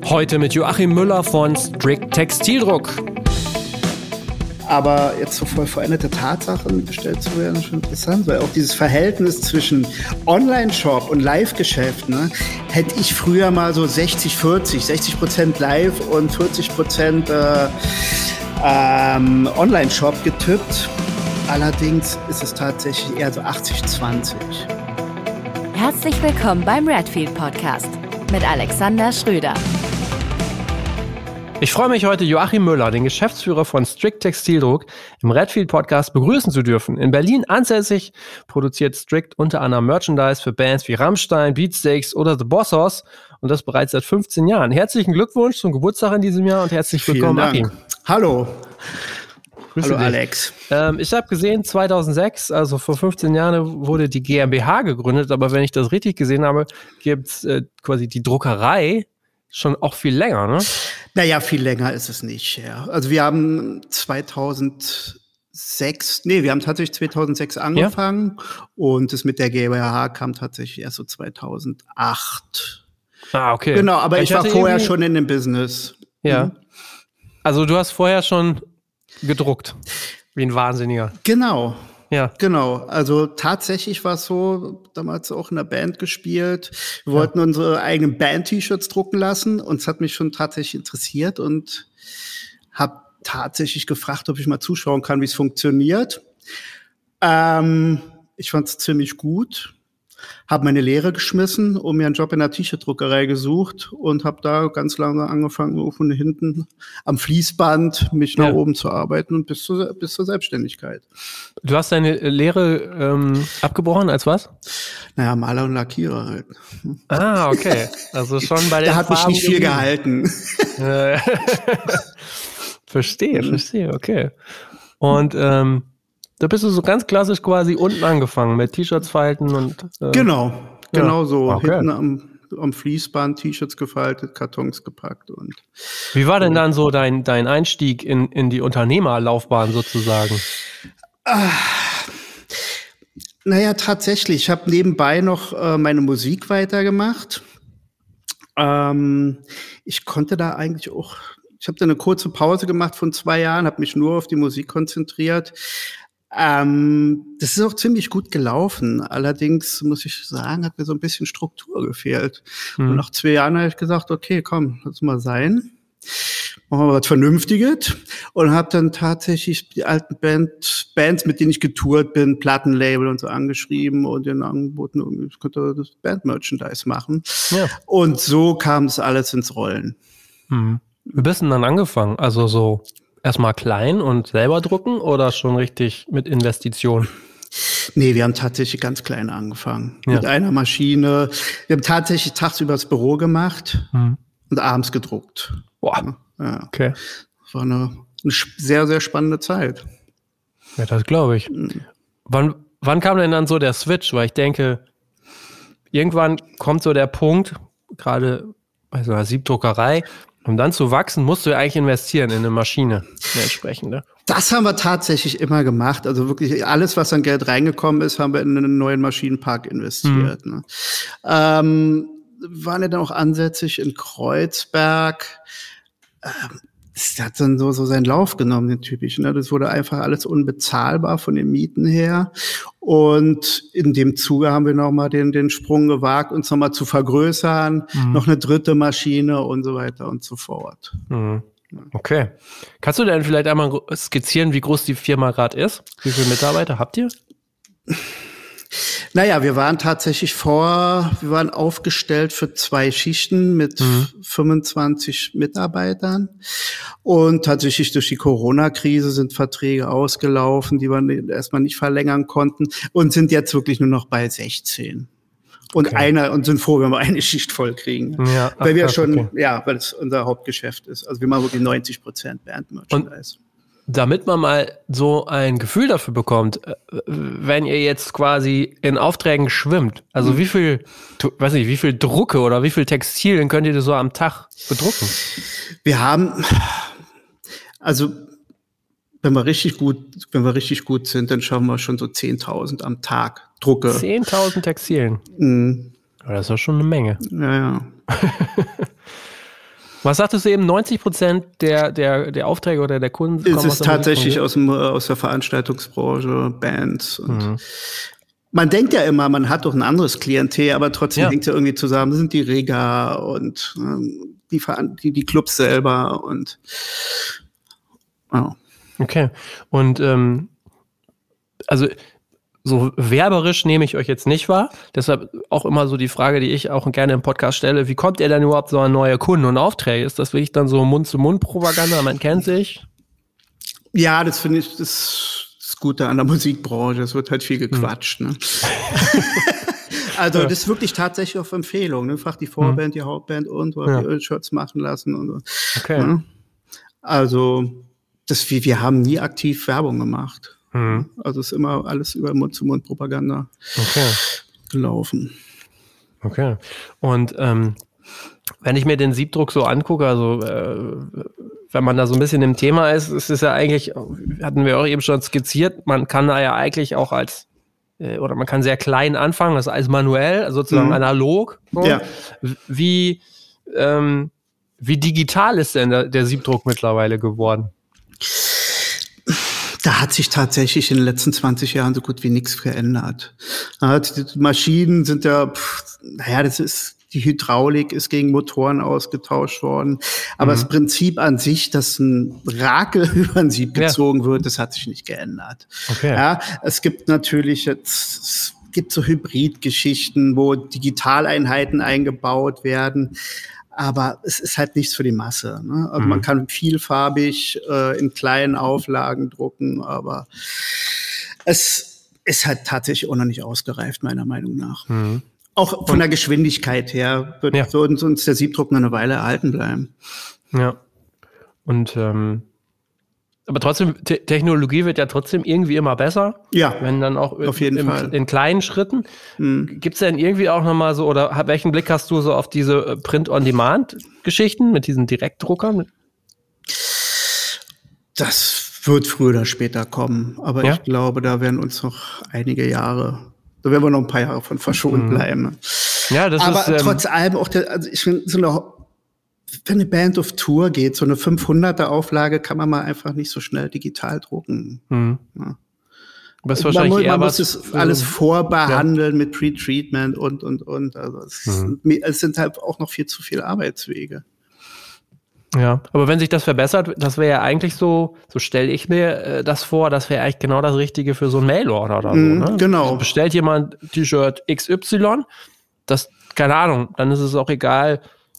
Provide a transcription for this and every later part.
Heute mit Joachim Müller von Strict Textildruck. Aber jetzt so voll veränderte Tatsachen bestellt zu werden, ist schon interessant, weil auch dieses Verhältnis zwischen Online-Shop und Live-Geschäft, ne, hätte ich früher mal so 60% live und 40% Online-Shop getippt. Allerdings ist es tatsächlich eher so 80-20. Herzlich willkommen beim Redfield Podcast mit Alexander Schröder. Ich freue mich heute, Joachim Müller, den Geschäftsführer von Strict Textildruck, im Redfield Podcast begrüßen zu dürfen. In Berlin ansässig produziert Strict unter anderem Merchandise für Bands wie Rammstein, Beatsteaks oder The Boss und das bereits seit 15 Jahren. Herzlichen Glückwunsch zum Geburtstag in diesem Jahr und herzlich willkommen, Joachim. Hallo. Grüße Hallo dich. Alex. Ich habe gesehen, 2006, also vor 15 Jahren, wurde die GmbH gegründet, aber wenn ich das richtig gesehen habe, gibt es quasi die Druckerei schon auch viel länger, ne? Naja, viel länger ist es nicht. Ja. Also wir haben 2006 angefangen und das mit der GmbH kam tatsächlich erst so 2008. Ah, okay. Genau, aber ich war vorher schon in dem Business. Ja. Also du hast vorher schon gedruckt, wie ein Wahnsinniger. Genau. Ja. Genau, also tatsächlich war es so, damals auch in der Band gespielt. Wir wollten unsere eigenen Band-T-Shirts drucken lassen und es hat mich schon tatsächlich interessiert und habe tatsächlich gefragt, ob ich mal zuschauen kann, wie es funktioniert. Ich fand es ziemlich gut, habe meine Lehre geschmissen und mir einen Job in der T-Shirt-Druckerei gesucht und habe da ganz lange angefangen, von hinten am Fließband mich nach oben zu arbeiten und bis zur Selbstständigkeit. Du hast deine Lehre abgebrochen als was? Naja, Maler und Lackierer halt. Ah, okay. Also schon bei den Da hat mich nicht viel gehalten. Verstehe, okay. Und da bist du so ganz klassisch quasi unten angefangen mit T-Shirts falten und Genau so. Okay. Hinten am Fließband T-Shirts gefaltet, Kartons gepackt und. Wie war denn dann so dein Einstieg in die Unternehmerlaufbahn sozusagen? Naja, tatsächlich. Ich habe nebenbei noch meine Musik weitergemacht. Ich konnte da eigentlich auch. Ich habe da eine kurze Pause gemacht von 2 Jahren, habe mich nur auf die Musik konzentriert. Das ist auch ziemlich gut gelaufen. Allerdings muss ich sagen, hat mir so ein bisschen Struktur gefehlt. Und nach 2 Jahren habe ich gesagt, okay, komm, lass mal sein. Machen wir was Vernünftiges. Und habe dann tatsächlich die alten Bands, mit denen ich getourt bin, Plattenlabel und so angeschrieben und denen angeboten, ich könnte das Band-Merchandise machen. Ja. Und so kam es alles ins Rollen. Wie bist du denn dann angefangen? Also so erstmal klein und selber drucken oder schon richtig mit Investitionen? Nee, wir haben tatsächlich ganz klein angefangen. Mit einer Maschine. Wir haben tatsächlich tagsüber das Büro gemacht und abends gedruckt. Boah. Ja. Okay. Das war eine sehr, sehr spannende Zeit. Ja, das glaube ich. Wann kam denn dann so der Switch? Weil ich denke, irgendwann kommt so der Punkt, gerade bei so einer Siebdruckerei, um dann zu wachsen, musst du ja eigentlich investieren in eine Maschine, eine entsprechende. Das haben wir tatsächlich immer gemacht. Also wirklich alles, was an Geld reingekommen ist, haben wir in einen neuen Maschinenpark investiert. Ne? Waren ja dann auch ansässig in Kreuzberg. Das hat dann so seinen Lauf genommen, den typischen. Ne? Das wurde einfach alles unbezahlbar von den Mieten her. Und in dem Zuge haben wir nochmal den Sprung gewagt, uns nochmal zu vergrößern, noch eine dritte Maschine und so weiter und so fort. Okay. Kannst du denn vielleicht einmal skizzieren, wie groß die Firma gerade ist? Wie viele Mitarbeiter habt ihr? Naja, wir waren tatsächlich aufgestellt für 2 Schichten mit 25 Mitarbeitern. Und tatsächlich durch die Corona-Krise sind Verträge ausgelaufen, die wir erstmal nicht verlängern konnten und sind jetzt wirklich nur noch bei 16. Und sind froh, wenn wir eine Schicht voll kriegen. Ja, weil wir weil es unser Hauptgeschäft ist. Also wir machen wirklich 90% Band-Merchandise. Damit man mal so ein Gefühl dafür bekommt, wenn ihr jetzt quasi in Aufträgen schwimmt, also wie viel Drucke oder wie viel Textilien könnt ihr so am Tag bedrucken? Wir haben, also wenn wir richtig gut sind, dann schaffen wir schon so 10.000 am Tag Drucke. 10.000 Textilien? Das ist doch schon eine Menge. Ja. Was sagtest du eben, 90% der Aufträge oder der Kunden kommen aus der tatsächlich aus der Veranstaltungsbranche, Bands. Und man denkt ja immer, man hat doch ein anderes Klientel, aber trotzdem hängt es ja irgendwie zusammen. Das sind die Rega und die Clubs selber und Okay. Und also so werberisch nehme ich euch jetzt nicht wahr. Deshalb auch immer so die Frage, die ich auch gerne im Podcast stelle, wie kommt ihr denn überhaupt so an neue Kunden und Aufträge? Ist das wirklich dann so Mund-zu-Mund-Propaganda, man kennt sich? Ja, das finde ich das Gute an der Musikbranche. Es wird halt viel gequatscht. Ne? Also das ist wirklich tatsächlich auf Empfehlung. Ne? Frag die Vorband, die Hauptband und die Shirts machen lassen. Und so. Okay. Ne? Also wir haben nie aktiv Werbung gemacht. Also ist immer alles über Mund-zu-Mund-Propaganda gelaufen. Okay. Und wenn ich mir den Siebdruck so angucke, also wenn man da so ein bisschen im Thema ist, ist es ja eigentlich, hatten wir auch eben schon skizziert, man kann da ja eigentlich auch oder man kann sehr klein anfangen, das ist alles manuell, sozusagen analog. So. Ja. Wie digital ist denn der Siebdruck mittlerweile geworden? Da hat sich tatsächlich in den letzten 20 Jahren so gut wie nichts verändert. Die Maschinen sind die Hydraulik ist gegen Motoren ausgetauscht worden. Aber das Prinzip an sich, dass ein Rakel über ein Sieb gezogen wird, das hat sich nicht geändert. Okay. Ja, es gibt natürlich es gibt so Hybridgeschichten, wo Digitaleinheiten eingebaut werden. Aber es ist halt nichts für die Masse. Ne? Also man kann vielfarbig in kleinen Auflagen drucken, aber es ist halt tatsächlich auch noch nicht ausgereift, meiner Meinung nach. Auch von der Geschwindigkeit her wird uns der Siebdruck noch eine Weile erhalten bleiben. Ja. Und aber trotzdem, Technologie wird ja trotzdem irgendwie immer besser. Ja, wenn dann auch auf jeden Fall. In kleinen Schritten. Gibt es denn irgendwie auch nochmal so, oder welchen Blick hast du so auf diese Print-on-Demand-Geschichten mit diesen Direktdruckern? Das wird früher oder später kommen. Aber ich glaube, da werden uns noch einige Jahre, da werden wir noch ein paar Jahre von verschont bleiben. Ja, das aber ist, trotz allem auch, also ich finde, wenn eine Band auf Tour geht, so eine 500er Auflage kann man mal einfach nicht so schnell digital drucken. Ja. Das ist wahrscheinlich man muss es alles vorbehandeln mit Pre-Treatment und. Also es sind halt auch noch viel zu viele Arbeitswege. Ja, aber wenn sich das verbessert, das wäre ja eigentlich so stelle ich mir das vor, das wäre eigentlich genau das Richtige für so einen Mail-Order oder so. Ne? Genau. Also bestellt jemand T-Shirt XY, das, keine Ahnung, dann ist es auch egal,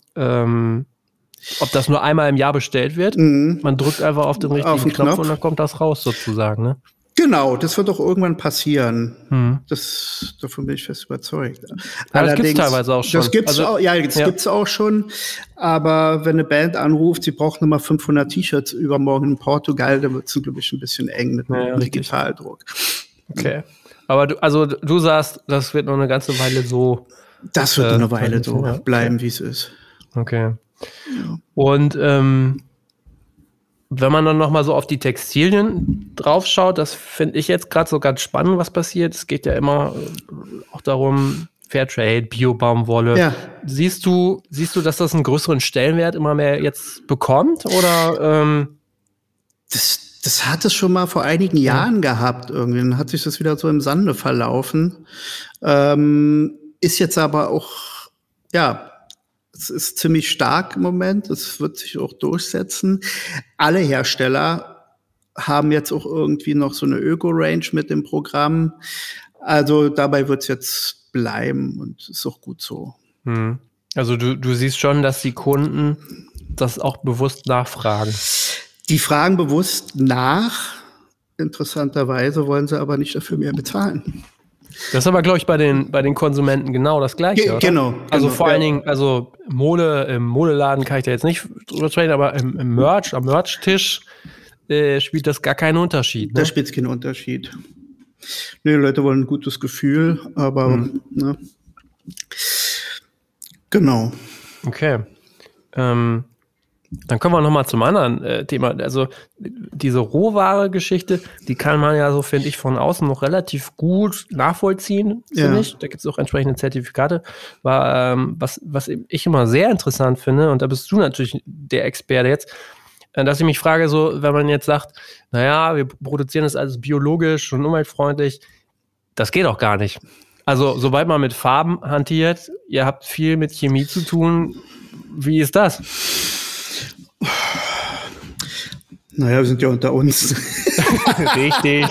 ob das nur einmal im Jahr bestellt wird. Man drückt einfach auf den richtigen Knopf und dann kommt das raus sozusagen. Ne? Genau, das wird doch irgendwann passieren. Davon bin ich fest überzeugt. Ja, das gibt es teilweise auch schon. Das gibt's gibt's auch schon. Aber wenn eine Band anruft, sie braucht nochmal 500 T-Shirts übermorgen in Portugal, dann wird es, glaube ich, ein bisschen eng mit dem Digitaldruck. Okay. Aber du sagst, das wird noch eine ganze Weile so. Das wird eine Weile so bleiben, wie es ist. Okay. Ja. Und wenn man dann nochmal so auf die Textilien draufschaut, das finde ich jetzt gerade so ganz spannend, was passiert. Es geht ja immer auch darum, Fairtrade, Bio-Baumwolle. Ja. Siehst du, dass das einen größeren Stellenwert immer mehr jetzt bekommt? Oder? Das hat es schon mal vor einigen Jahren gehabt. Irgendwie dann hat sich das wieder so im Sande verlaufen. Ist jetzt aber auch, es ist ziemlich stark im Moment. Es wird sich auch durchsetzen. Alle Hersteller haben jetzt auch irgendwie noch so eine Öko-Range mit dem Programm. Also dabei wird es jetzt bleiben und ist auch gut so. Also du siehst schon, dass die Kunden das auch bewusst nachfragen. Die fragen bewusst nach. Interessanterweise wollen sie aber nicht dafür mehr bezahlen. Das ist aber, glaube ich, bei den Konsumenten genau das Gleiche, oder? Genau. Also vor allen Dingen, also Mode, im Modeladen kann ich da jetzt nicht drüber sprechen, aber am Merch-Tisch spielt das gar keinen Unterschied. Ne? Da spielt es keinen Unterschied. Nee, die Leute wollen ein gutes Gefühl, aber ne? Genau. Okay. Dann kommen wir nochmal zum anderen Thema. Also diese Rohware-Geschichte, die kann man ja so, finde ich, von außen noch relativ gut nachvollziehen, finde ich. Da gibt es auch entsprechende Zertifikate. Was ich immer sehr interessant finde, und da bist du natürlich der Experte jetzt, dass ich mich frage, so, wenn man jetzt sagt, naja, wir produzieren das alles biologisch und umweltfreundlich, das geht auch gar nicht. Also sobald man mit Farben hantiert, ihr habt viel mit Chemie zu tun, wie ist das? Naja, wir sind ja unter uns. Richtig.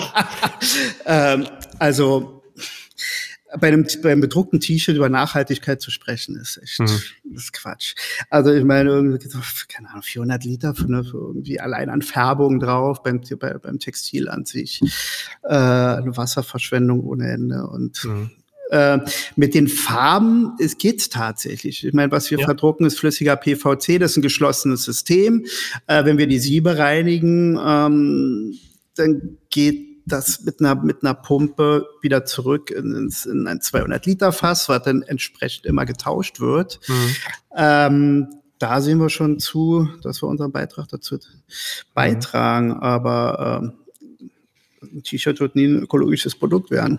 Also beim bedruckten T-Shirt über Nachhaltigkeit zu sprechen, ist echt das ist Quatsch. Also ich meine, irgendwie, keine Ahnung, 400 Liter für irgendwie allein an Färbung drauf beim Textil an sich. Eine Wasserverschwendung ohne Ende. Und mit den Farben, es geht tatsächlich. Ich meine, was wir verdrucken, ist flüssiger PVC, das ist ein geschlossenes System. Wenn wir die Siebe reinigen, dann geht das mit einer Pumpe wieder zurück in ein 200-Liter-Fass, was dann entsprechend immer getauscht wird. Da sehen wir schon zu, dass wir unseren Beitrag dazu beitragen. Aber ein T-Shirt wird nie ein ökologisches Produkt werden.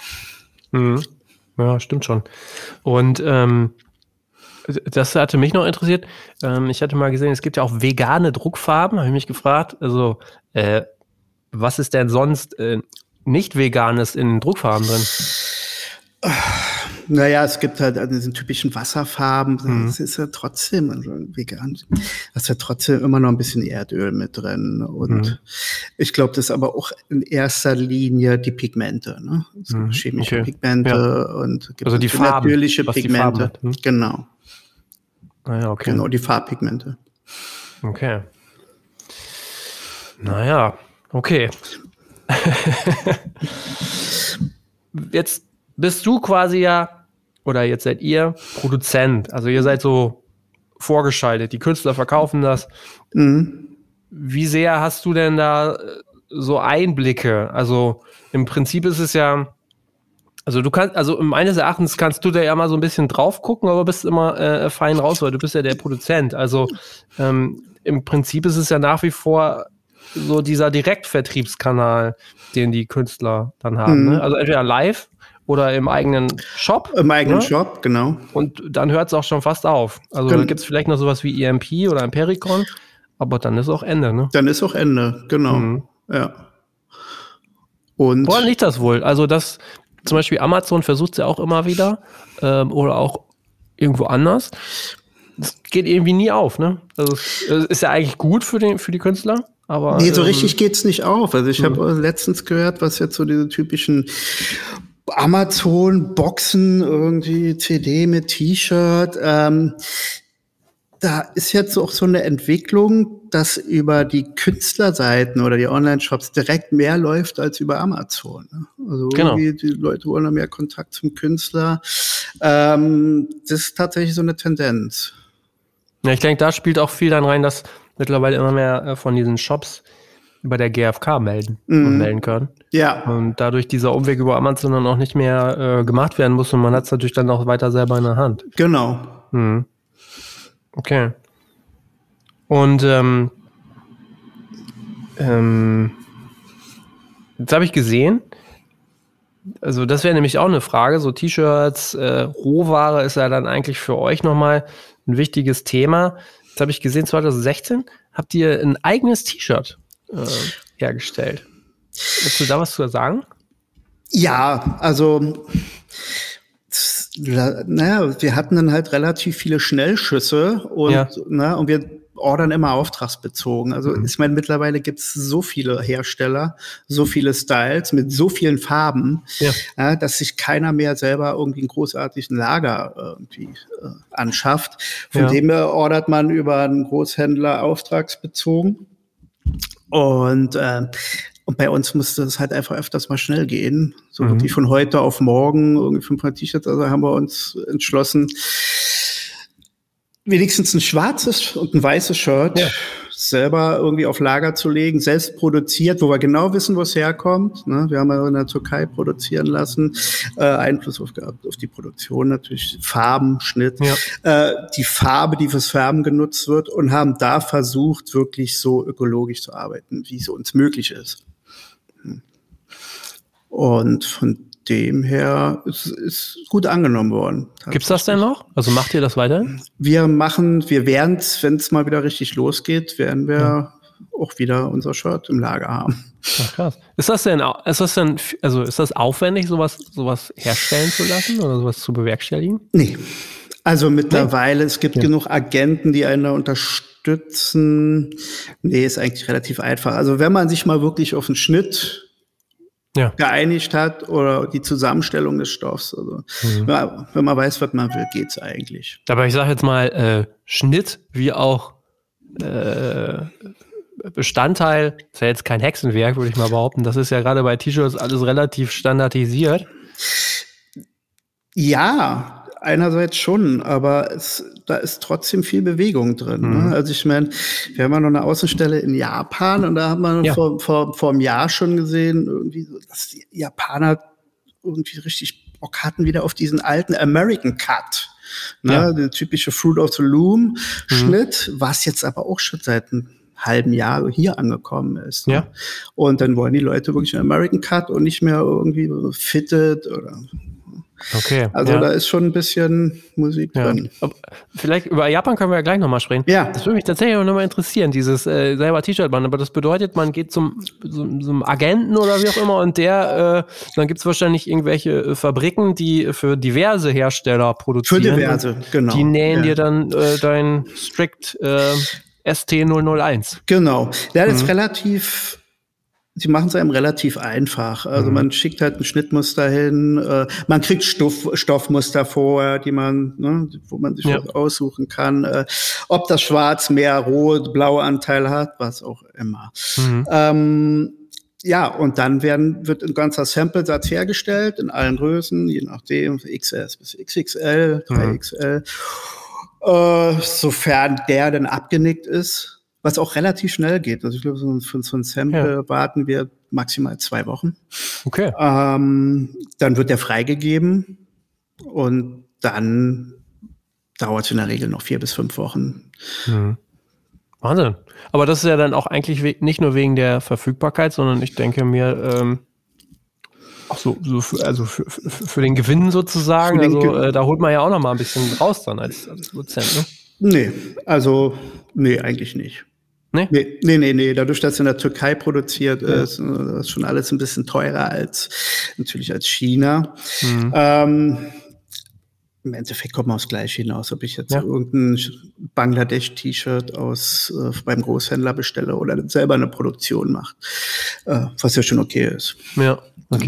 Ja, stimmt schon. Und das hatte mich noch interessiert. Ich hatte mal gesehen, es gibt ja auch vegane Druckfarben, habe ich mich gefragt. Also, was ist denn sonst nicht Veganes in Druckfarben drin? Naja, es gibt halt diese typischen Wasserfarben. Das ist ja trotzdem vegan. Da ist ja trotzdem immer noch ein bisschen Erdöl mit drin. Und ich glaube, das ist aber auch in erster Linie die Pigmente, ne? Also chemische Pigmente und gibt also die Farben, natürliche Pigmente. Genau. Naja, okay. Genau, die Farbpigmente. Okay. Naja, okay. Jetzt bist du quasi oder jetzt seid ihr Produzent. Also ihr seid so vorgeschaltet. Die Künstler verkaufen das. Wie sehr hast du denn da so Einblicke? Also im Prinzip ist es ja, also du kannst, also meines Erachtens kannst du da ja mal so ein bisschen drauf gucken, aber bist immer fein raus, weil du bist ja der Produzent. Also im Prinzip ist es ja nach wie vor so dieser Direktvertriebskanal, den die Künstler dann haben. Ne? Also entweder live oder im eigenen Shop. Im eigenen Shop, genau. Und dann hört es auch schon fast auf. Also da gibt es vielleicht noch sowas wie EMP oder Impericon, aber dann ist auch Ende. Ne? Dann ist auch Ende, genau. Ja. Und woran liegt das wohl? Also das zum Beispiel Amazon versucht es ja auch immer wieder oder auch irgendwo anders. Das geht irgendwie nie auf. Ne? Also es ist ja eigentlich gut für die Künstler. Aber, nee, so richtig geht's nicht auf. Also ich habe letztens gehört, was jetzt so diese typischen Amazon-Boxen, irgendwie CD mit T-Shirt, da ist jetzt auch so eine Entwicklung, dass über die Künstlerseiten oder die Online-Shops direkt mehr läuft als über Amazon. Also irgendwie die Leute wollen mehr Kontakt zum Künstler. Das ist tatsächlich so eine Tendenz. Ja, ich denke, da spielt auch viel dann rein, dass mittlerweile immer mehr von diesen Shops über der GfK melden und melden können. Ja. Und dadurch dieser Umweg über Amazon dann auch nicht mehr gemacht werden muss und man hat es natürlich dann auch weiter selber in der Hand. Genau. Okay. Und jetzt habe ich gesehen, also das wäre nämlich auch eine Frage, so T-Shirts, Rohware ist ja dann eigentlich für euch nochmal ein wichtiges Thema. Jetzt habe ich gesehen, 2016 habt ihr ein eigenes T-Shirt hergestellt. Willst du da was zu sagen? Ja, also naja, wir hatten dann halt relativ viele Schnellschüsse und, und wir ordern immer auftragsbezogen. Also ich meine, mittlerweile gibt es so viele Hersteller, so viele Styles mit so vielen Farben, dass sich keiner mehr selber irgendwie einen großartigen Lager irgendwie anschafft. Von dem her ordert man über einen Großhändler auftragsbezogen. Und bei uns musste es halt einfach öfters mal schnell gehen. So wirklich von heute auf morgen irgendwie 500 T-Shirts. Also haben wir uns entschlossen, wenigstens ein schwarzes und ein weißes Shirt selber irgendwie auf Lager zu legen, selbst produziert, wo wir genau wissen, wo es herkommt. Ne? Wir haben ja in der Türkei produzieren lassen, Einfluss gehabt auf die Produktion natürlich, Farben, Schnitt, die Farbe, die fürs Färben genutzt wird und haben da versucht, wirklich so ökologisch zu arbeiten, wie es uns möglich ist. Und von dem her ist gut angenommen worden. Gibt's das denn noch? Also macht ihr das weiter? Wir werden es, wenn es mal wieder richtig losgeht, werden wir auch wieder unser Shirt im Lager haben. Ach, krass. Ist das aufwendig, sowas herstellen zu lassen oder sowas zu bewerkstelligen? Nee. Also mittlerweile, es gibt genug Agenten, die einen da unterstützen. Nee, ist eigentlich relativ einfach. Also wenn man sich mal wirklich auf einen Schnitt geeinigt hat oder die Zusammenstellung des Stoffs. Also, wenn man weiß, was man will, geht's eigentlich. Aber ich sage jetzt mal, Schnitt wie auch Bestandteil, ist ja jetzt kein Hexenwerk, würde ich mal behaupten. Das ist ja gerade bei T-Shirts alles relativ standardisiert. Ja, einerseits schon, aber da ist trotzdem viel Bewegung drin. Ne? Also ich meine, wir haben ja noch eine Außenstelle in Japan und da hat man vor einem Jahr schon gesehen, irgendwie, dass die Japaner irgendwie richtig Bock hatten wieder auf diesen alten American Cut. Ne? Der typische Fruit of the Loom Schnitt, was jetzt aber auch schon seit einem halben Jahr hier angekommen ist. Ne? Ja. Und dann wollen die Leute wirklich einen American Cut und nicht mehr irgendwie fitted oder. Okay. Also da ist schon ein bisschen Musik drin. Aber vielleicht über Japan können wir ja gleich nochmal sprechen. Ja. Das würde mich tatsächlich auch nochmal interessieren, dieses selber T-Shirt machen. Aber das bedeutet, man geht zum Agenten oder wie auch immer und dann gibt es wahrscheinlich irgendwelche Fabriken, die für diverse Hersteller produzieren. Für diverse, genau. Die nähen dir dann dein Strict ST001. Genau. Der ist relativ. Sie machen es einem relativ einfach. Also man schickt halt ein Schnittmuster hin, man kriegt Stoffmuster vor, die wo man sich aussuchen kann. Ob das Schwarz, mehr Rot, Blau Anteil hat, was auch immer. Und dann wird ein ganzer Samplesatz hergestellt in allen Größen, je nachdem, XS bis XXL, 3XL. Sofern der dann abgenickt ist. Was auch relativ schnell geht. Also ich glaube, für so ein Sample warten wir maximal 2 Wochen. Okay. Dann wird der freigegeben und dann dauert es in der Regel noch 4 bis 5 Wochen. Wahnsinn. Aber das ist ja dann auch eigentlich nicht nur wegen der Verfügbarkeit, sondern ich denke mir, auch für den Gewinn sozusagen. Da holt man ja auch noch mal ein bisschen raus dann als Produzent, ne? Nee, eigentlich nicht. Nee. Dadurch, dass in der Türkei produziert ist, ist schon alles ein bisschen teurer als China. Im Endeffekt kommt man aufs Gleiche hinaus, ob ich jetzt irgendein Bangladesch-T-Shirt beim Großhändler bestelle oder selber eine Produktion mache, was ja schon okay ist. Ja,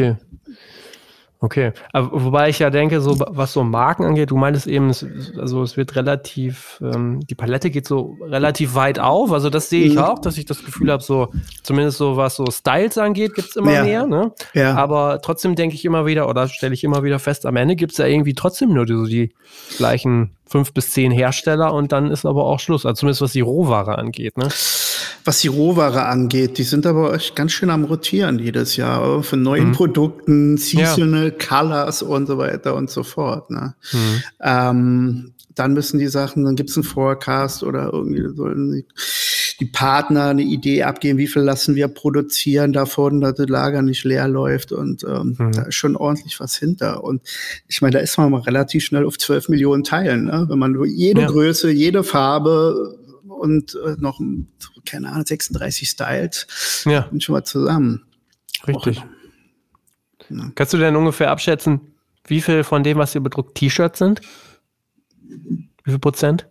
okay. Aber wobei ich ja denke, so was so Marken angeht, du meintest eben, es wird relativ, die Palette geht so relativ weit auf. Also das sehe ich auch, dass ich das Gefühl habe, so zumindest so was so Styles angeht, gibt's immer mehr. Ne? Ja. Aber trotzdem denke ich immer wieder, oder stelle ich immer wieder fest, am Ende gibt's ja irgendwie trotzdem nur die gleichen 5 bis 10 Hersteller und dann ist aber auch Schluss. Also zumindest was die Rohware angeht, ne? Was die Rohware angeht, die sind aber echt ganz schön am Rotieren jedes Jahr von neuen Produkten, Seasonal Colors und so weiter und so fort. Ne? Dann müssen die Sachen, dann gibt's einen Forecast oder irgendwie sollen die Partner eine Idee abgeben, wie viel lassen wir produzieren davon, dass das Lager nicht leer läuft und da ist schon ordentlich was hinter. Und ich meine, da ist man mal relativ schnell auf 12 Millionen Teilen, ne? Wenn man jede Größe, jede Farbe und noch, keine Ahnung, 36 Styles und schon mal zusammen. Richtig. Kannst du denn ungefähr abschätzen, wie viel von dem, was ihr bedruckt, T-Shirts sind? Wie viel Prozent?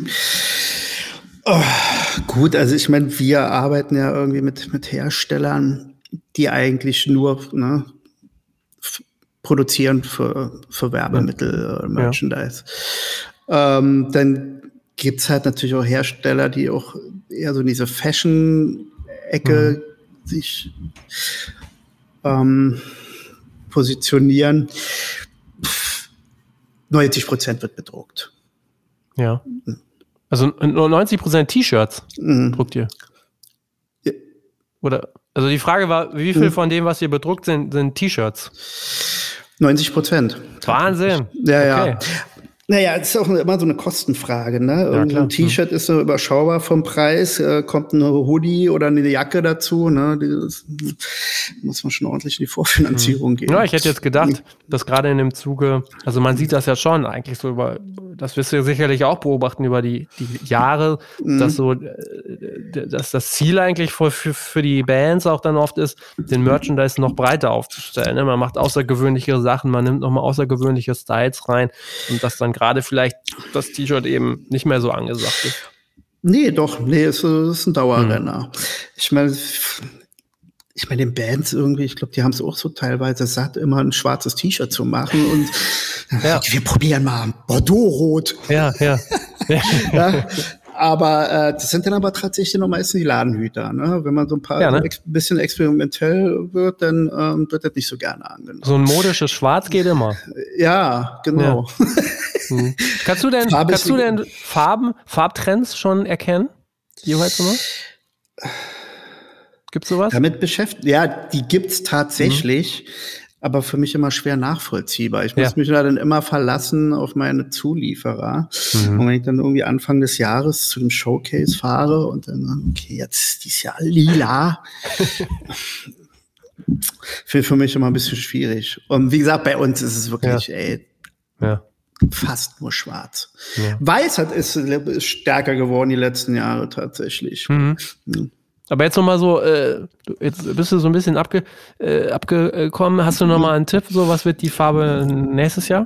Gut, also ich meine, wir arbeiten ja irgendwie mit Herstellern, die eigentlich nur produzieren für Werbemittel, Merchandise. Dann gibt's halt natürlich auch Hersteller, die auch eher so in diese Fashion-Ecke sich positionieren. 90% wird bedruckt. Ja. Also nur 90% T-Shirts druckt ihr? Ja. Oder, also die Frage war, wie viel von dem, was ihr bedruckt, sind T-Shirts? 90%. Wahnsinn. Ja, okay. ja. Naja, es ist auch immer so eine Kostenfrage, ne? Ja, klar. Ein T-Shirt ist so überschaubar vom Preis, kommt eine Hoodie oder eine Jacke dazu, ne? Das muss man schon ordentlich in die Vorfinanzierung gehen. Ja, ich hätte jetzt gedacht, dass gerade in dem Zuge, also man sieht das ja schon eigentlich so das wirst du sicherlich auch beobachten über die Jahre, dass so, dass das Ziel eigentlich für die Bands auch dann oft ist, den Merchandise noch breiter aufzustellen. Ne? Man macht außergewöhnliche Sachen, man nimmt nochmal außergewöhnliche Styles rein und dass dann gerade vielleicht das T-Shirt eben nicht mehr so angesagt ist. Nee, es ist ein Dauerrenner. Ich meine, den Bands irgendwie, ich glaube, die haben es auch so teilweise satt, immer ein schwarzes T-Shirt zu machen und wir probieren mal Bordeaux-Rot. Ja. Ja, aber das sind dann aber tatsächlich noch meistens die Ladenhüter. Ne? Wenn man so ein paar bisschen experimentell wird, dann wird das nicht so gerne angenommen. So ein modisches Schwarz geht immer. Ja, genau. Ja. Kannst du denn Farbtrends schon erkennen, die heute noch? Gibt's sowas? Damit beschäftigt, ja, die gibt's tatsächlich, aber für mich immer schwer nachvollziehbar. Ich muss mich da dann immer verlassen auf meine Zulieferer. Und wenn ich dann irgendwie Anfang des Jahres zu dem Showcase fahre und dann, okay, jetzt dieses Jahr lila, für mich immer ein bisschen schwierig. Und wie gesagt, bei uns ist es wirklich, fast nur schwarz. Ja. Weiß ist stärker geworden die letzten Jahre tatsächlich. Aber jetzt nochmal so, jetzt bist du so ein bisschen abgekommen. Hast du nochmal einen Tipp? So, was wird die Farbe nächstes Jahr?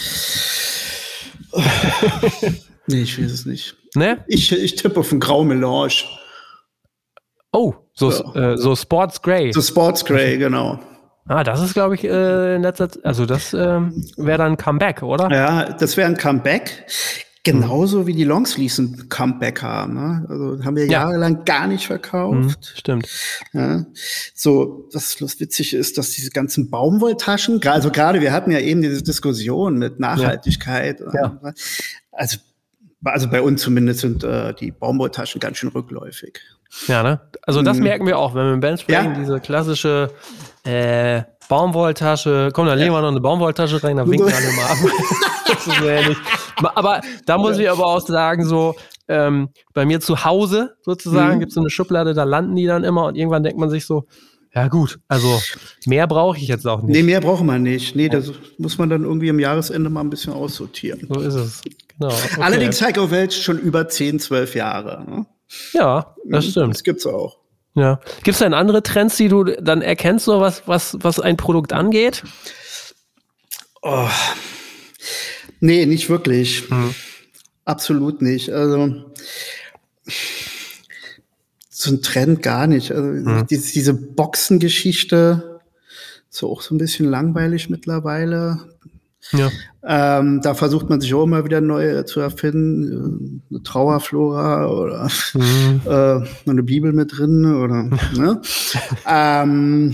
Nee, ich weiß es nicht. Ne? Ich tippe auf ein Grau-Melange. Oh, so Sports Grey. So Sports Grey, genau. Ah, das ist, glaube ich, also das wäre dann ein Comeback, oder? Ja, das wäre ein Comeback. Genauso wie die Longsleeves ein Comeback haben. Ne? Also haben wir jahrelang gar nicht verkauft. Stimmt. Ja. So, was witzig ist, dass diese ganzen Baumwolltaschen, also gerade wir hatten ja eben diese Diskussion mit Nachhaltigkeit. Ja. Also bei uns zumindest sind die Baumwolltaschen ganz schön rückläufig. Ja, ne? Also das merken wir auch, wenn wir mit Bands sprechen, diese klassische Baumwolltasche. Komm, dann legen wir noch eine Baumwolltasche rein, dann winken alle mal ab. Das ist ähnlich. Aber da muss ich aber auch sagen, so bei mir zu Hause sozusagen gibt es so eine Schublade, da landen die dann immer und irgendwann denkt man sich so, ja gut, also mehr brauche ich jetzt auch nicht. Nee, mehr braucht man nicht. Nee, das muss man dann irgendwie am Jahresende mal ein bisschen aussortieren. So ist es, genau. Okay. Allerdings Psycho Welch schon über 10, 12 Jahre. Ne? Ja, das stimmt. Das gibt's auch. Ja. Gibt es denn andere Trends, die du dann erkennst, so was ein Produkt angeht? Oh. Nee, nicht wirklich. Absolut nicht. Also so ein Trend gar nicht. Also diese Boxengeschichte ist auch so ein bisschen langweilig mittlerweile. Ja. Da versucht man sich auch immer wieder neu zu erfinden. Eine Trauerflora oder eine Bibel mit drin oder ne?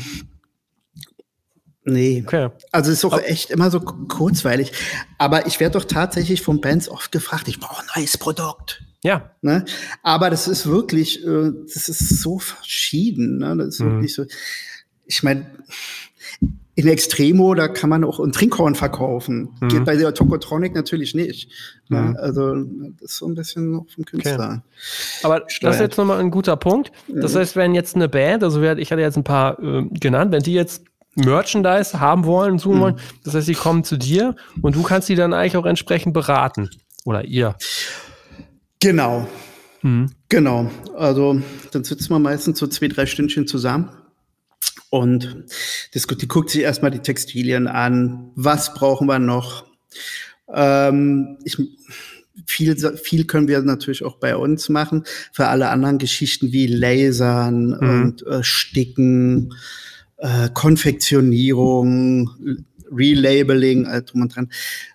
Nee. Okay. Also es ist auch echt immer so kurzweilig. Aber ich werde doch tatsächlich von Bands oft gefragt, ich brauche ein neues Produkt. Ja. Ne? Aber das ist wirklich, das ist so verschieden. Ne? Das ist wirklich so. Ich meine, in Extremo, da kann man auch ein Trinkhorn verkaufen. Geht bei der Tokotronic natürlich nicht. Ne? Also das ist so ein bisschen noch vom Künstler. Okay. Aber das ist jetzt nochmal ein guter Punkt. Das heißt, wenn jetzt eine Band, also ich hatte jetzt ein paar genannt, wenn die jetzt Merchandise haben wollen, suchen wollen, das heißt, die kommen zu dir und du kannst die dann eigentlich auch entsprechend beraten. Oder ihr. Genau. Genau. Also dann sitzen wir meistens so 2-3 Stündchen zusammen und die guckt sich erstmal die Textilien an. Was brauchen wir noch? Viel können wir natürlich auch bei uns machen. Für alle anderen Geschichten wie Lasern und Sticken, Konfektionierung, Relabeling, alles drum und dran,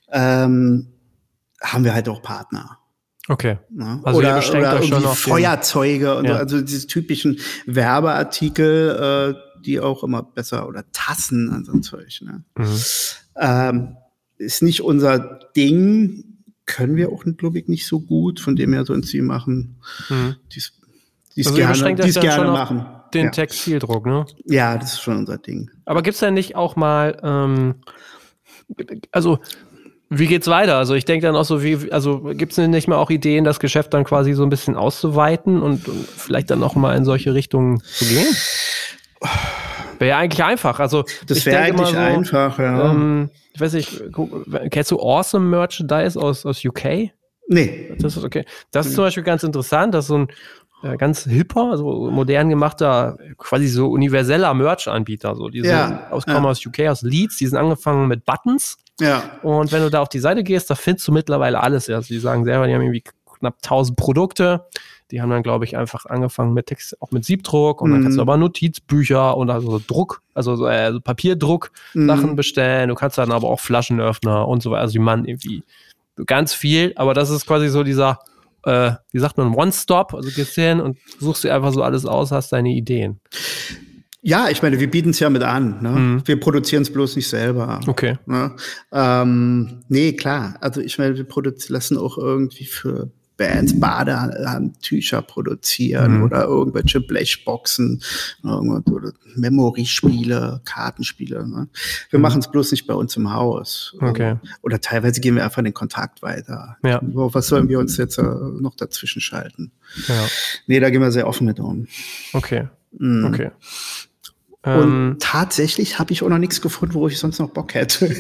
haben wir halt auch Partner. Okay. Ja? Also oder euch schon auf Feuerzeuge und so, also diese typischen Werbeartikel, die auch immer besser, oder Tassen und so ein Zeug. Ne? Ist nicht unser Ding, können wir auch, glaube ich, nicht so gut, von dem her sollen sie machen, dies also gerne machen. Den Textildruck, ne? Ja, das ist schon unser Ding. Aber gibt's denn nicht auch mal, also wie geht's weiter? Also ich denke dann auch so, gibt's denn nicht mal auch Ideen, das Geschäft dann quasi so ein bisschen auszuweiten und vielleicht dann auch mal in solche Richtungen zu gehen? Wäre ja eigentlich einfach. Also das wäre eigentlich einfach, ja. Ich weiß nicht, kennst du Awesome Merchandise aus UK? Nee. Das ist okay. Das ist zum Beispiel ganz interessant, dass so ein ganz hipper, also modern gemachter, quasi so universeller Merch-Anbieter, so die auskommen aus UK, aus Leeds, die sind angefangen mit Buttons. Ja. Und wenn du da auf die Seite gehst, da findest du mittlerweile alles. Also die sagen selber, die haben irgendwie knapp 1000 Produkte. Die haben dann, glaube ich, einfach angefangen mit Text, auch mit Siebdruck und dann kannst du aber Notizbücher und also Druck, also Papierdruck Sachen bestellen. Du kannst dann aber auch Flaschenöffner und so weiter. Also die machen irgendwie ganz viel, aber das ist quasi so dieser, wie sagt man, One-Stop, also gehst hin und suchst dir einfach so alles aus, hast deine Ideen. Ja, ich meine, wir bieten es ja mit an. Ne? Wir produzieren es bloß nicht selber. Okay. Ne? Nee, klar. Also ich meine, wir lassen auch irgendwie für Bands Badehandtücher produzieren oder irgendwelche Blechboxen oder Memory-Spiele, Kartenspiele. Ne? Wir machen es bloß nicht bei uns im Haus. Okay. Oder teilweise gehen wir einfach den Kontakt weiter. Ja. Was sollen wir uns jetzt noch dazwischen schalten? Ja. Nee, da gehen wir sehr offen mit um. Okay. Okay. Und tatsächlich habe ich auch noch nichts gefunden, wo ich sonst noch Bock hätte.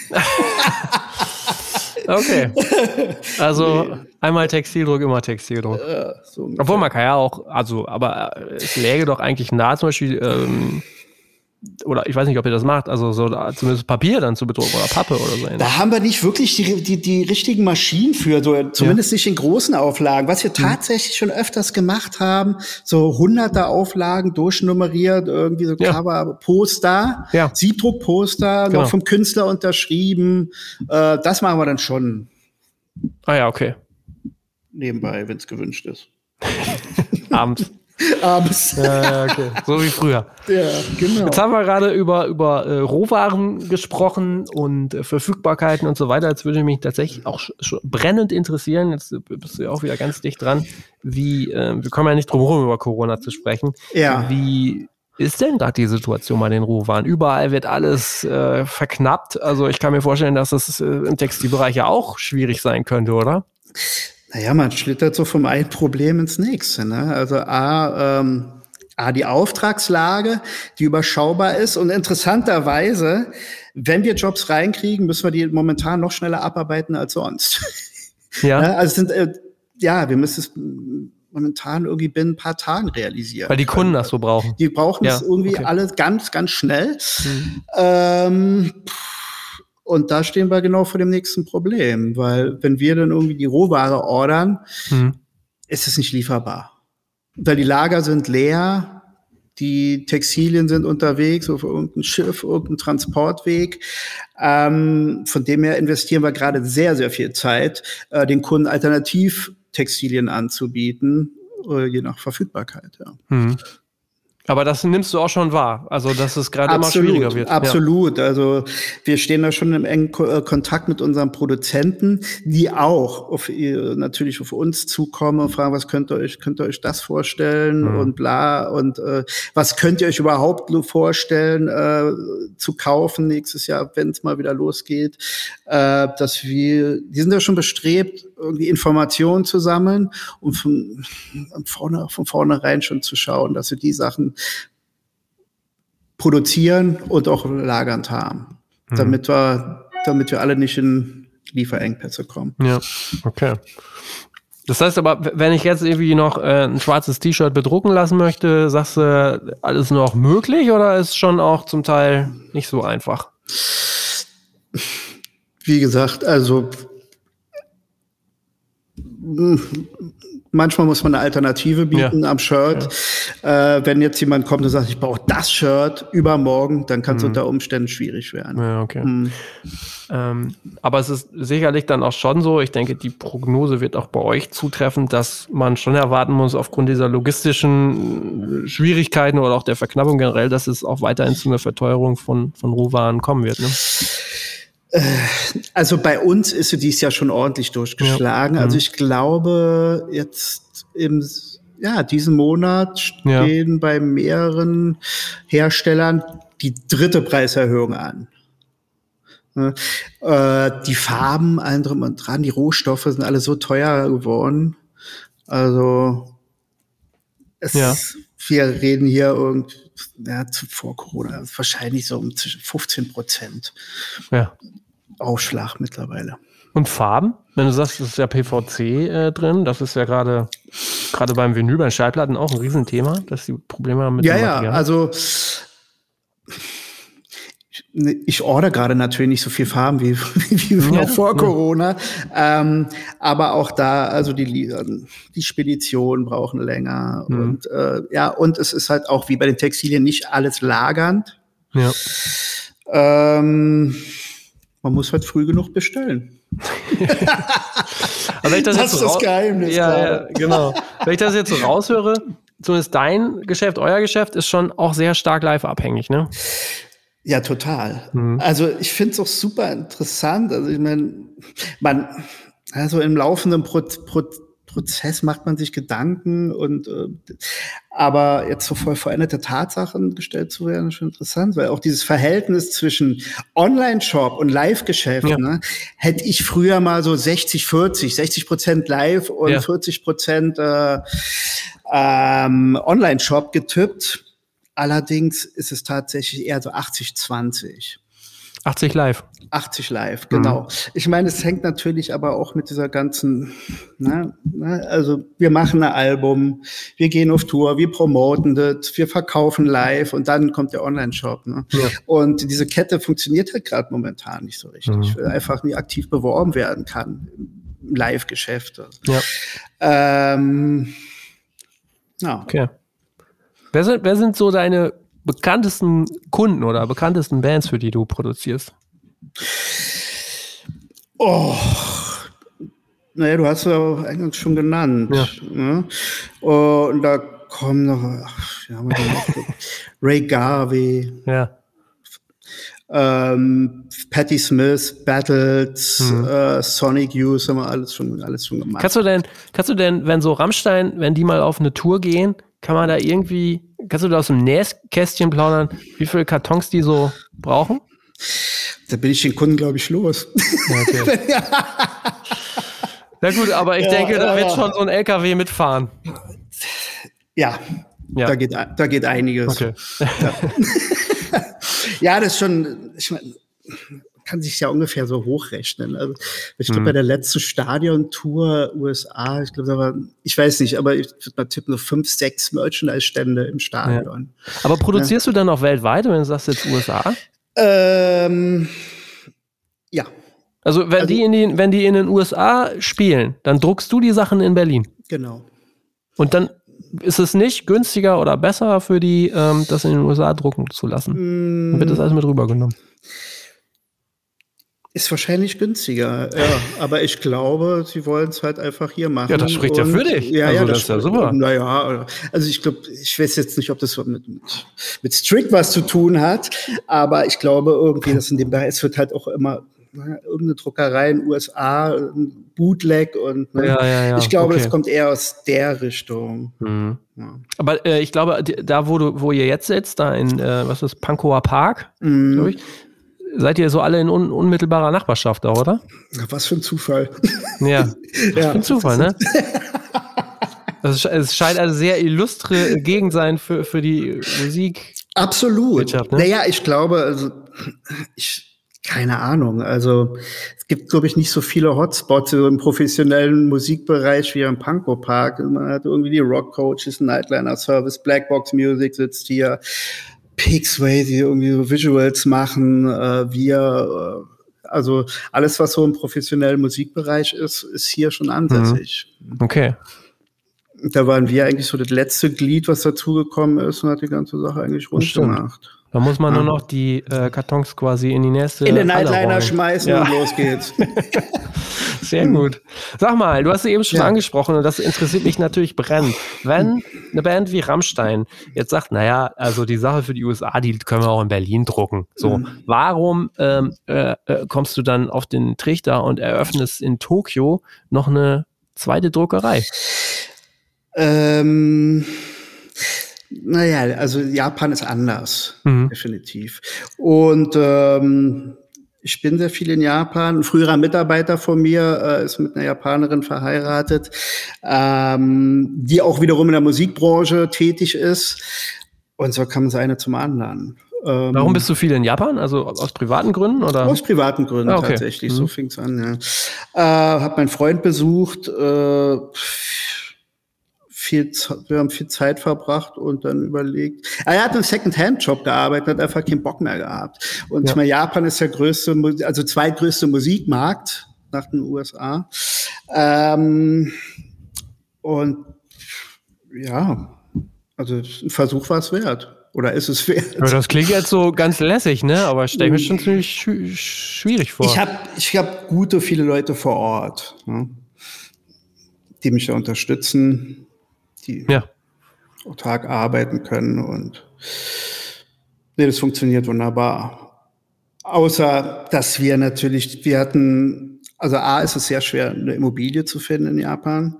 Okay. Also einmal Textildruck, immer Textildruck. So obwohl man kann ja auch, aber es läge doch eigentlich nahe zum Beispiel, oder ich weiß nicht, ob ihr das macht, also so zumindest Papier dann zu bedrucken oder Pappe oder so. Da haben wir nicht wirklich die richtigen Maschinen für, so, zumindest nicht in großen Auflagen. Was wir tatsächlich schon öfters gemacht haben, so 100er Auflagen durchnummeriert, irgendwie so Cover, Poster, Siebdruckposter, noch vom Künstler unterschrieben. Das machen wir dann schon. Ah ja, okay. Nebenbei, wenn es gewünscht ist. Abends. Ja, okay. So wie früher. Ja, genau. Jetzt haben wir gerade über Rohwaren gesprochen und Verfügbarkeiten und so weiter. Jetzt würde mich tatsächlich auch schon brennend interessieren, jetzt bist du ja auch wieder ganz dicht dran, wir kommen ja nicht drum herum, über Corona zu sprechen. Ja. Wie ist denn gerade die Situation bei den Rohwaren? Überall wird alles verknappt. Also ich kann mir vorstellen, dass das im Textilbereich ja auch schwierig sein könnte, oder? Naja, man schlittert so vom einen Problem ins nächste. Ne? Also die Auftragslage, die überschaubar ist. Und interessanterweise, wenn wir Jobs reinkriegen, müssen wir die momentan noch schneller abarbeiten als sonst. Ja. Also wir müssen es momentan irgendwie binnen ein paar Tagen realisieren. Weil die Kunden das so brauchen. Die brauchen es irgendwie alles ganz, ganz schnell. Und da stehen wir genau vor dem nächsten Problem, weil wenn wir dann irgendwie die Rohware ordern, ist es nicht lieferbar. Weil die Lager sind leer, die Textilien sind unterwegs auf irgendein Schiff, irgendein Transportweg. Von dem her investieren wir gerade sehr, sehr viel Zeit, den Kunden Alternativtextilien anzubieten, je nach Verfügbarkeit. Ja. Aber das nimmst du auch schon wahr, also dass es gerade immer schwieriger wird. Absolut, also wir stehen da schon im engen Kontakt mit unseren Produzenten, die auch natürlich auf uns zukommen und fragen, was könnt ihr euch das vorstellen und bla und was könnt ihr euch überhaupt vorstellen zu kaufen nächstes Jahr, wenn es mal wieder losgeht, die sind ja schon bestrebt, irgendwie Informationen zu sammeln und von vornherein schon zu schauen, dass wir die Sachen produzieren und auch lagernd haben, damit wir alle nicht in Lieferengpässe kommen. Ja, okay. Das heißt aber, wenn ich jetzt irgendwie noch ein schwarzes T-Shirt bedrucken lassen möchte, sagst du, alles noch möglich oder ist schon auch zum Teil nicht so einfach? Wie gesagt, also manchmal muss man eine Alternative bieten am Shirt. Ja. Wenn jetzt jemand kommt und sagt, ich brauche das Shirt übermorgen, dann kann es unter Umständen schwierig werden. Ja, okay. Aber es ist sicherlich dann auch schon so, ich denke, die Prognose wird auch bei euch zutreffen, dass man schon erwarten muss, aufgrund dieser logistischen Schwierigkeiten oder auch der Verknappung generell, dass es auch weiterhin zu einer Verteuerung von Rohwaren kommen wird. Ne? Also bei uns ist sie dieses Jahr schon ordentlich durchgeschlagen. Also ich glaube, jetzt diesen Monat stehen bei mehreren Herstellern die 3. Preiserhöhung an. Die Farben, allen drum und dran, die Rohstoffe sind alle so teuer geworden. Also wir reden hier vor Corona wahrscheinlich so um zwischen 15% Aufschlag mittlerweile. Und Farben? Wenn du sagst, es ist ja PVC drin, das ist ja gerade beim Vinyl, bei Schallplatten auch ein Riesenthema, dass die Probleme haben mit dem Material. Also ich order gerade natürlich nicht so viel Farben wie noch vor Corona, aber auch da, also die Speditionen brauchen länger und es ist halt auch wie bei den Textilien nicht alles lagernd. Ja. Man muss halt früh genug bestellen. Aber wenn ich das ist das Geheimnis. Ja, genau. Wenn ich das jetzt so raushöre, zumindest dein Geschäft, euer Geschäft ist schon auch sehr stark live abhängig, ne? Ja, total. Also ich finde es auch super interessant. Also ich meine, im laufenden Prozess macht man sich Gedanken und aber jetzt so vor veränderte Tatsachen gestellt zu werden, ist schon interessant, weil auch dieses Verhältnis zwischen Online-Shop und Live-Geschäft, hätte ich früher mal so 60% live und 40% Online-Shop getippt. Allerdings ist es tatsächlich eher so 80-20. 80 live. 80 live, genau. Ich meine, es hängt natürlich aber auch mit dieser ganzen, also wir machen ein Album, wir gehen auf Tour, wir promoten das, wir verkaufen live und dann kommt der Online-Shop. Ne? Ja. Und diese Kette funktioniert halt gerade momentan nicht so richtig, weil einfach nie aktiv beworben werden kann im Live-Geschäft. Ja. Okay. Wer sind so deine bekanntesten Kunden oder bekanntesten Bands, für die du produzierst? Naja, du hast ja eigentlich schon genannt. Ja. Ne? Und da kommen noch Ray Garvey, Patti Smith, Battles, Sonic Youth, haben wir alles schon gemacht. Kannst du denn, wenn so Rammstein, wenn die mal auf eine Tour gehen, kannst du da aus dem Nähkästchen plaudern, wie viele Kartons die so brauchen? Da bin ich den Kunden, glaube ich, los. Okay. Na gut, aber ich denke, da wird schon so ein LKW mitfahren. Ja. Da geht einiges. Okay. Ja, das ist schon, ich meine, kann sich ja ungefähr so hochrechnen. Also, ich glaube, bei der letzten Stadion-Tour USA, ich glaube, ich weiß nicht, aber ich würde mal tippen, so 5, 6 Merchandise-Stände im Stadion. Ja. Aber produzierst du dann auch weltweit, wenn du sagst jetzt USA? Ja. Also wenn die in den USA spielen, dann druckst du die Sachen in Berlin. Genau. Und dann ist es nicht günstiger oder besser für die, das in den USA drucken zu lassen? Dann wird das alles mit rübergenommen. Ist wahrscheinlich günstiger, aber ich glaube, sie wollen es halt einfach hier machen. Ja, das spricht ja für dich. Ja, das ist ja super. Naja, also ich glaube, ich weiß jetzt nicht, ob das mit Strict was zu tun hat, aber ich glaube irgendwie, dass in dem Bereich, es wird halt auch immer irgendeine Druckerei in den USA, Bootleg und ich glaube, das kommt eher aus der Richtung. Ja. Aber ich glaube, da wo ihr jetzt sitzt, da in, Pankower Park, glaube ich, seid ihr so alle in unmittelbarer Nachbarschaft da, oder? Was für ein Zufall. Ja, was für ein Zufall, ne? Es scheint eine sehr illustre Gegend sein für die Musik. Absolut. Ne? Naja, ich glaube, also keine Ahnung. Also es gibt, glaube ich, nicht so viele Hotspots im professionellen Musikbereich wie im Pankow Park. Man hat irgendwie die Rock Coaches, Nightliner Service, Blackbox Music sitzt hier. Pixway, die irgendwie so Visuals machen, also alles, was so im professionellen Musikbereich ist hier schon ansässig. Okay. Da waren wir eigentlich so das letzte Glied, was dazugekommen ist und hat die ganze Sache eigentlich rund gemacht. Da muss man nur noch die Kartons quasi in die nächste in den Halle Nightliner rollen. schmeißen und los geht's. Sehr gut. Sag mal, du hast es eben schon angesprochen und das interessiert mich natürlich brennend. Wenn eine Band wie Rammstein jetzt sagt, naja, also die Sache für die USA, die können wir auch in Berlin drucken. So, warum kommst du dann auf den Trichter und eröffnest in Tokio noch eine zweite Druckerei? Naja, also Japan ist anders, definitiv. Und ich bin sehr viel in Japan. Ein früherer Mitarbeiter von mir ist mit einer Japanerin verheiratet, die auch wiederum in der Musikbranche tätig ist. Und so kam das eine zum anderen. Warum bist du viel in Japan? Also aus privaten Gründen? Oder? Aus privaten Gründen tatsächlich, so fing's an. Ja. Hab meinen Freund besucht, wir haben viel Zeit verbracht und dann überlegt. Er hat einen Second-Hand-Job gearbeitet, hat einfach keinen Bock mehr gehabt. Und ich meine, Japan ist der größte, also zweitgrößte Musikmarkt nach den USA. Und ja, also ein Versuch war es wert. Oder ist es wert? Ja, das klingt jetzt so ganz lässig, ne? Aber ich stelle mir schon ziemlich schwierig vor. Ich hab viele Leute vor Ort, ne? Die mich da unterstützen, die autark arbeiten können und das funktioniert wunderbar. Außer, dass wir hatten, also A, ist es sehr schwer, eine Immobilie zu finden in Japan,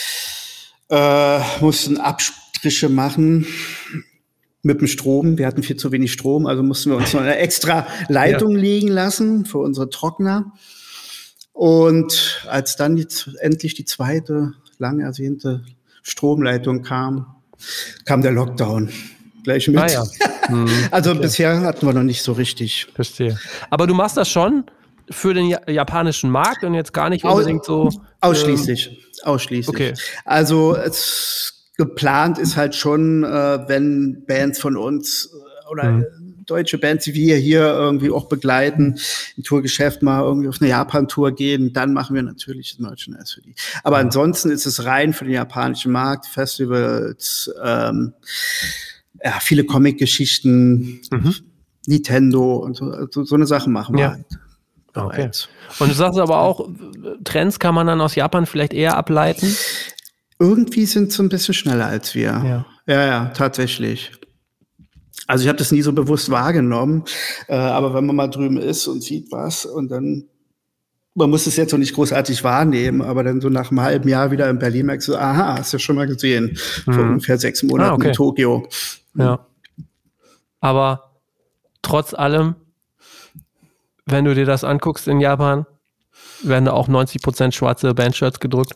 mussten Abstriche machen mit dem Strom. Wir hatten viel zu wenig Strom, also mussten wir uns noch eine extra Leitung legen lassen für unsere Trockner. Und als dann endlich die zweite, lang ersehnte Stromleitung kam der Lockdown gleich mit. Also bisher hatten wir noch nicht so richtig. Verstehe. Aber du machst das schon für den japanischen Markt und jetzt gar nicht unbedingt so... Ausschließlich. Okay. Also geplant ist halt schon, wenn Bands von uns oder deutsche Bands, die wir hier irgendwie auch begleiten, im Tourgeschäft mal irgendwie auf eine Japan-Tour gehen, dann machen wir natürlich das Merchandise für die. Aber ansonsten ist es rein für den japanischen Markt, Festivals, viele Comic-Geschichten, Nintendo und so eine Sache machen wir halt. Okay. Und du sagst aber auch, Trends kann man dann aus Japan vielleicht eher ableiten? Irgendwie sind sie ein bisschen schneller als wir. Ja, tatsächlich. Also ich habe das nie so bewusst wahrgenommen, aber wenn man mal drüben ist und sieht was und dann, man muss es jetzt noch nicht großartig wahrnehmen, aber dann so nach einem halben Jahr wieder in Berlin merkst du, aha, hast du schon mal gesehen, vor ungefähr 6 Monaten in Tokio. Ja. Aber trotz allem, wenn du dir das anguckst in Japan, werden da auch 90% schwarze Bandshirts gedruckt?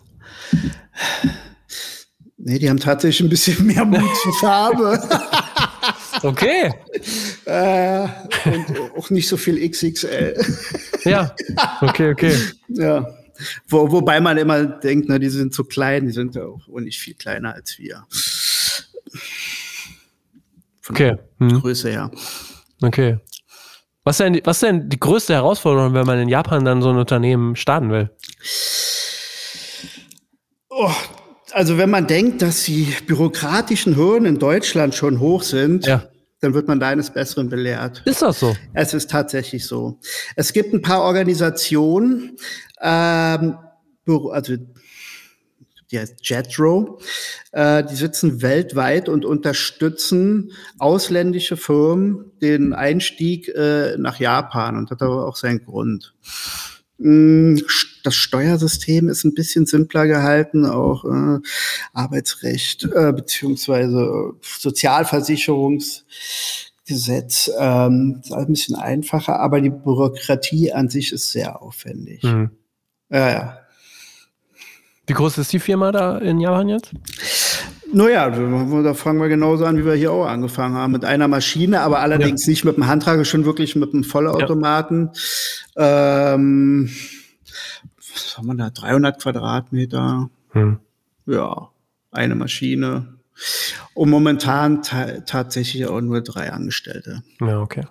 Nee, die haben tatsächlich ein bisschen mehr Mut zur Farbe. Okay. Und auch nicht so viel XXL. Ja, okay. Ja. Wobei man immer denkt, na, die sind so klein, die sind ja auch nicht viel kleiner als wir. Von der Größe her. Okay. Was ist denn die größte Herausforderung, wenn man in Japan dann so ein Unternehmen starten will? Also wenn man denkt, dass die bürokratischen Hürden in Deutschland schon hoch sind, dann wird man da eines Besseren belehrt. Ist das so? Es ist tatsächlich so. Es gibt ein paar Organisationen, also die heißt JETRO, die sitzen weltweit und unterstützen ausländische Firmen den Einstieg nach Japan und das hat aber auch seinen Grund. Das Steuersystem ist ein bisschen simpler gehalten, auch Arbeitsrecht beziehungsweise Sozialversicherungsgesetz ist ein bisschen einfacher, aber die Bürokratie an sich ist sehr aufwendig. Ja. Wie groß ist die Firma da in Japan jetzt? Naja, da fangen wir genauso an, wie wir hier auch angefangen haben. Mit einer Maschine, aber allerdings nicht mit dem Handtrager, schon wirklich mit einem Vollautomaten. Was haben wir da? 300 Quadratmeter. Ja, eine Maschine. Und momentan tatsächlich auch nur 3 Angestellte. Ja, okay.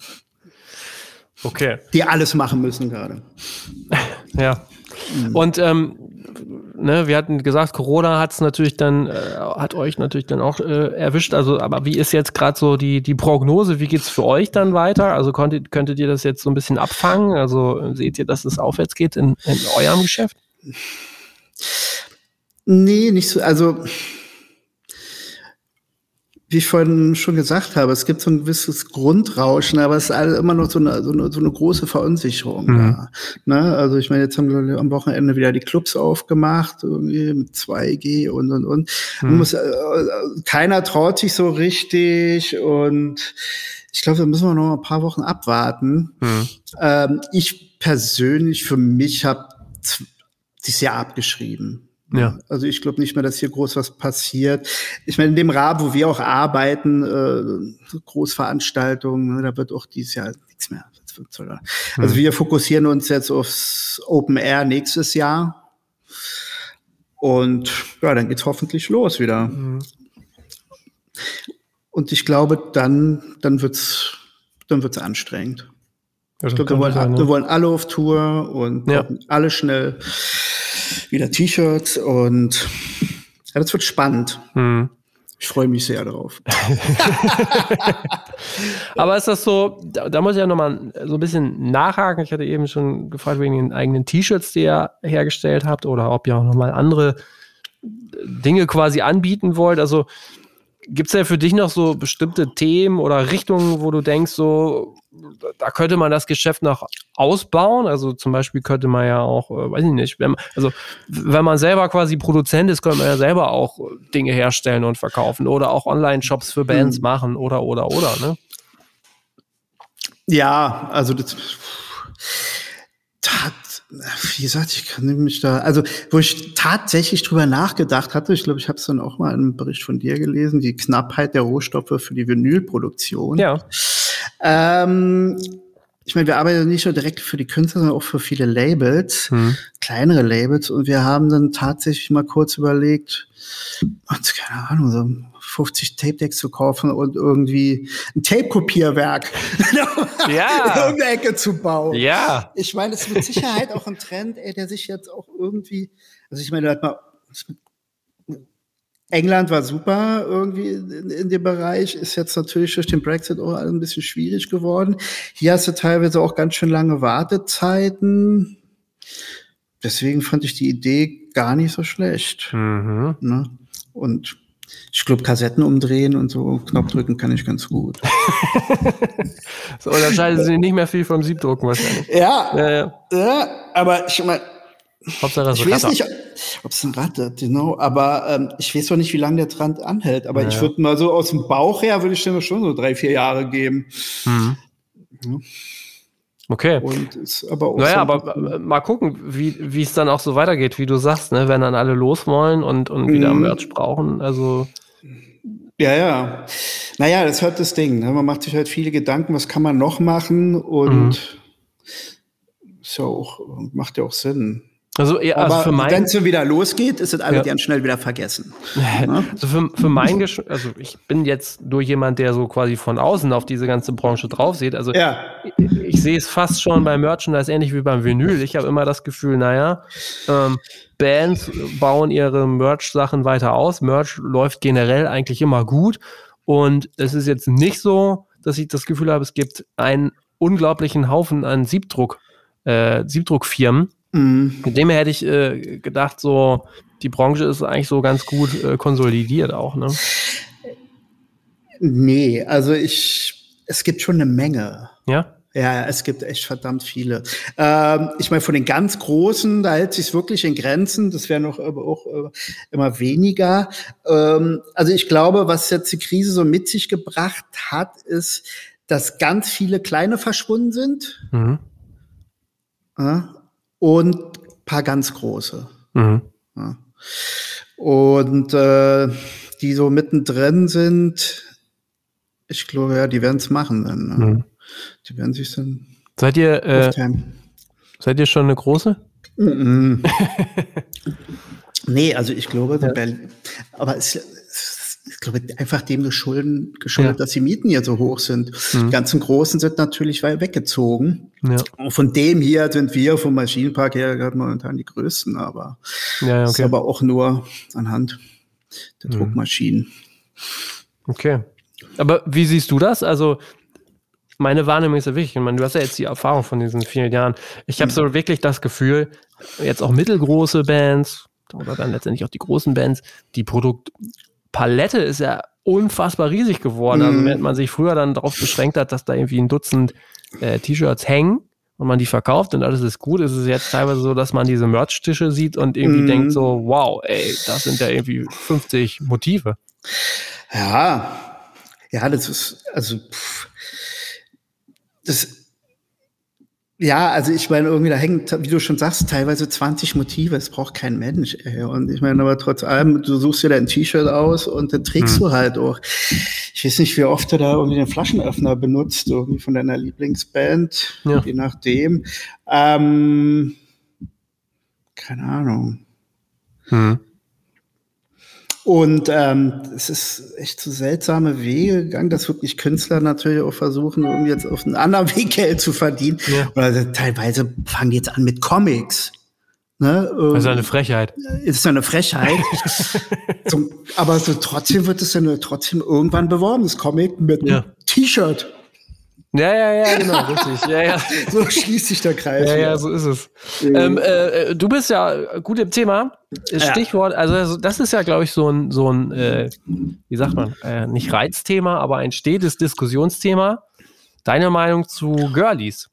Die alles machen müssen gerade. Ja. Und ne, wir hatten gesagt, Corona hat euch natürlich dann auch erwischt. Also, aber wie ist jetzt gerade so die Prognose? Wie geht's für euch dann weiter? Also könntet ihr das jetzt so ein bisschen abfangen? Also seht ihr, dass es aufwärts geht in eurem Geschäft? Nee, nicht so. Also wie ich vorhin schon gesagt habe, es gibt so ein gewisses Grundrauschen, aber es ist immer noch so eine große Verunsicherung da. Ne? Also ich meine, jetzt haben wir am Wochenende wieder die Clubs aufgemacht, irgendwie mit 2G und. Keiner traut sich so richtig und ich glaube, da müssen wir noch ein paar Wochen abwarten. Ich persönlich für mich habe dieses Jahr abgeschrieben. Ja. Also ich glaube nicht mehr, dass hier groß was passiert. Ich meine, in dem Rahmen, wo wir auch arbeiten, Großveranstaltungen, ne, da wird auch dieses Jahr nichts mehr. Also wir fokussieren uns jetzt aufs Open Air nächstes Jahr. Und ja, dann geht's hoffentlich los wieder. Und ich glaube, dann wird's anstrengend. Ich glaube, wir wollen alle auf Tour und alle schnell wieder T-Shirts und ja, das wird spannend. Ich freue mich sehr darauf. Aber ist das so, da muss ich ja nochmal so ein bisschen nachhaken. Ich hatte eben schon gefragt wegen den eigenen T-Shirts, die ihr hergestellt habt oder ob ihr auch nochmal andere Dinge quasi anbieten wollt. Also gibt es ja für dich noch so bestimmte Themen oder Richtungen, wo du denkst, so da könnte man das Geschäft noch ausbauen? Also zum Beispiel könnte man ja auch, weiß ich nicht, wenn man selber quasi Produzent ist, könnte man ja selber auch Dinge herstellen und verkaufen oder auch Online-Shops für Bands machen oder, ne? Ja, also das wie gesagt, ich kann nämlich da, also wo ich tatsächlich drüber nachgedacht hatte, ich glaube, ich habe es dann auch mal in einem Bericht von dir gelesen, die Knappheit der Rohstoffe für die Vinylproduktion. Ja. Ich meine, wir arbeiten nicht nur direkt für die Künstler, sondern auch für viele Labels, kleinere Labels. Und wir haben dann tatsächlich mal kurz überlegt, keine Ahnung, so 50 Tape-Decks zu kaufen und irgendwie ein Tape-Kopierwerk in irgendeiner Ecke zu bauen. Ja. Ich meine, es ist mit Sicherheit auch ein Trend, der sich jetzt auch irgendwie, also ich meine, England war super irgendwie in dem Bereich, ist jetzt natürlich durch den Brexit auch ein bisschen schwierig geworden. Hier hast du teilweise auch ganz schön lange Wartezeiten. Deswegen fand ich die Idee gar nicht so schlecht. Ne? Und ich glaube, Kassetten umdrehen und so, Knopf drücken kann ich ganz gut. So unterscheidet sich nicht mehr viel vom Siebdrucken wahrscheinlich. Ja, aber ich meine, Hauptsache das ich weiß nicht, ob es ein Rad hat, genau, aber ich weiß auch nicht, wie lange der Trend anhält. Aber ich würde mal so aus dem Bauch her, würde ich dem schon so 3-4 Jahre geben. Okay. Und ist aber auch aber mal gucken, wie es dann auch so weitergeht, wie du sagst, ne, wenn dann alle los wollen und wieder Merch brauchen, also. Ja. Naja, das ist halt das Ding, ne? Man macht sich halt viele Gedanken, was kann man noch machen und ist ja auch, macht ja auch Sinn. Also, aber wenn es wieder losgeht, ist es alle ganz schnell wieder vergessen. Also für mein also ich bin jetzt nur jemand, der so quasi von außen auf diese ganze Branche drauf sieht. Also ich sehe es fast schon beim Merchandise ähnlich wie beim Vinyl. Ich habe immer das Gefühl, Bands bauen ihre Merch-Sachen weiter aus. Merch läuft generell eigentlich immer gut. Und es ist jetzt nicht so, dass ich das Gefühl habe, es gibt einen unglaublichen Haufen an Siebdruckfirmen. Mit dem hätte ich gedacht, so die Branche ist eigentlich so ganz gut konsolidiert auch, ne? Nee, also es gibt schon eine Menge. Ja? Ja, es gibt echt verdammt viele. Ich meine, von den ganz Großen, da hält sich's wirklich in Grenzen. Das wäre noch aber auch immer weniger. Also ich glaube, was jetzt die Krise so mit sich gebracht hat, ist, dass ganz viele kleine verschwunden sind. Und ein paar ganz große. Ja. Und die so mittendrin sind, ich glaube, ja, die werden es machen dann. Ne? Die werden sich dann Seid ihr schon eine große? Nee, also ich glaube, aber ich glaube, einfach dem geschuldet, dass die Mieten hier so hoch sind. Die ganzen Großen sind natürlich weggezogen. Ja. Und von dem hier sind wir vom Maschinenpark her gerade momentan die Größten, aber das ist aber auch nur anhand der Druckmaschinen. Okay. Aber wie siehst du das? Also meine Wahrnehmung ist ja wichtig. Ich meine, du hast ja jetzt die Erfahrung von diesen vielen Jahren. Ich habe so wirklich das Gefühl, jetzt auch mittelgroße Bands oder dann letztendlich auch die großen Bands, die Produktpalette ist ja unfassbar riesig geworden. Also während man sich früher dann darauf beschränkt hat, dass da irgendwie ein Dutzend T-Shirts hängen und man die verkauft und alles ist gut, ist es jetzt teilweise so, dass man diese Merch-Tische sieht und irgendwie denkt so, wow, ey, das sind ja irgendwie 50 Motive. Ja, das ist, also ich meine, irgendwie da hängen, wie du schon sagst, teilweise 20 Motive, es braucht kein Mensch, ey. Und ich meine, aber trotz allem, du suchst dir da ein T-Shirt aus und dann trägst du halt auch. Ich weiß nicht, wie oft du da irgendwie den Flaschenöffner benutzt, irgendwie von deiner Lieblingsband, je nachdem. Keine Ahnung. Und es ist echt so seltsame Wege gegangen, dass wirklich Künstler natürlich auch versuchen, irgendwie jetzt auf einen anderen Weg Geld zu verdienen. Ja. Oder teilweise fangen die jetzt an mit Comics. Ne? Das ist eine Frechheit. Ist eine Frechheit. Aber so trotzdem wird es dann trotzdem irgendwann beworben, das Comic mit einem T-Shirt. Ja, genau, richtig. Ja. So schließt sich der Kreis. Ja, so ist es. Du bist ja gut im Thema. Stichwort, also das ist ja, glaube ich, so ein wie sagt man, nicht Reizthema, aber ein stetes Diskussionsthema. Deine Meinung zu Girlies?